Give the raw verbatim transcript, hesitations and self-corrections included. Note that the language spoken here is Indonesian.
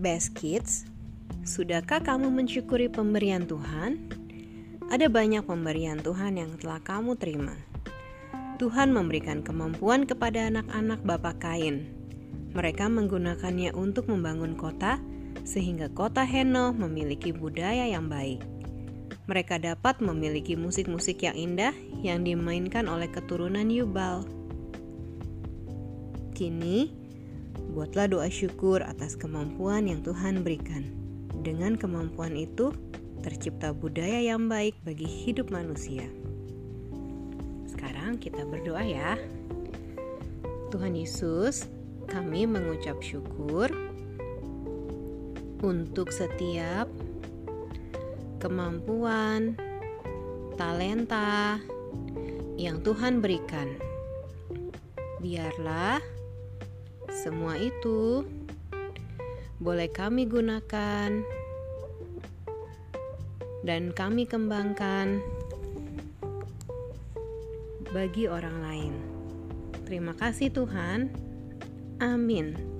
Best Kids, sudahkah kamu mensyukuri pemberian Tuhan? Ada banyak pemberian Tuhan yang telah kamu terima. Tuhan memberikan kemampuan kepada anak-anak Bapa Kain. Mereka menggunakannya untuk membangun kota, sehingga kota Henoh memiliki budaya yang baik. Mereka dapat memiliki musik-musik yang indah yang dimainkan oleh keturunan Yubal. Kini, buatlah doa syukur atas kemampuan yang Tuhan berikan. Dengan kemampuan itu, tercipta budaya yang baik bagi hidup manusia. Sekarang kita berdoa ya. Tuhan Yesus, kami mengucap syukur untuk setiap kemampuan, talenta yang Tuhan berikan. Biarlah semua itu boleh kami gunakan dan kami kembangkan bagi orang lain. Terima kasih Tuhan. Amin.